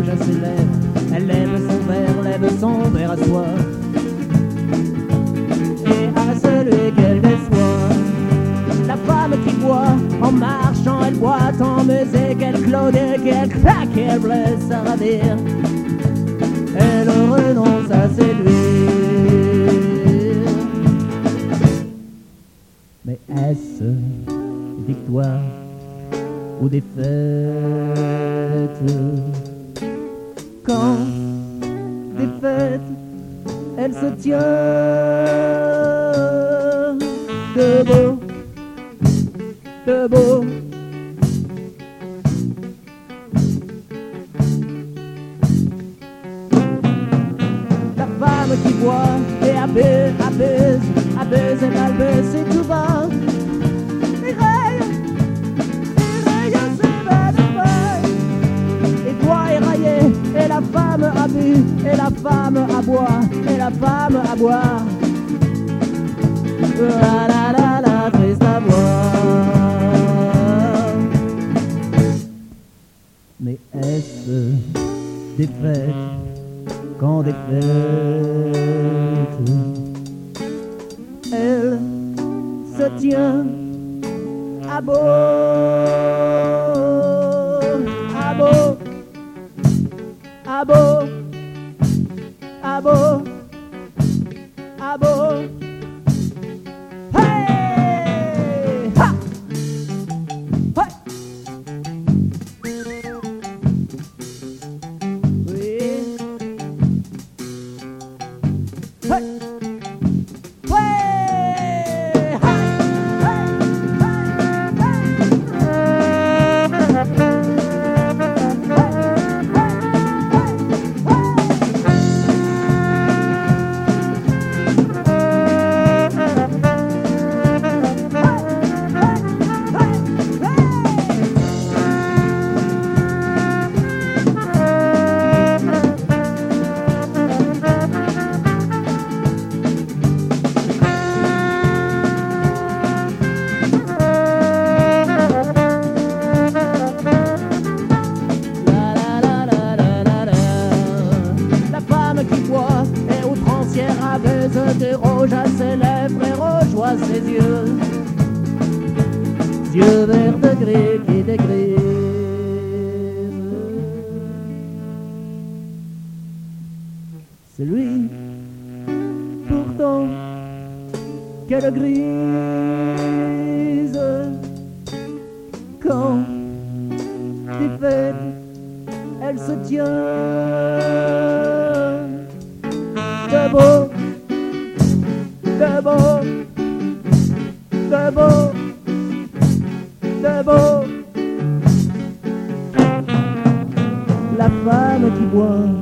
rouge à ses lèvres. Elle lève son verre à soi. Et à celui qu'elle déçoit, la femme qui boit, en marchant elle boit en musique, elle claude et qu'elle claque et elle blesse à ravir. Elle renonce à séduire. Mais est-ce victoire ou défaite quand défaite elle se tient debout, debout. La femme qui boit et abuse et balbuse et tout va. Et raye, et boit et raillé, et la femme a bu, et la femme a boit, et la femme a boire. La, triste à voir. Mais est-ce défaite quand défaite elle se tient à beau, à beau, à beau, à beau, à beau. Hey! Ha! Hey! Oui. Hey! Des rouges à ses lèvres et rougeoie ses yeux verts de gris qui dégrisent. C'est lui, pourtant, qu'elle grise quand défaite elle se tient debout, debout, debout, debout. La femme qui boit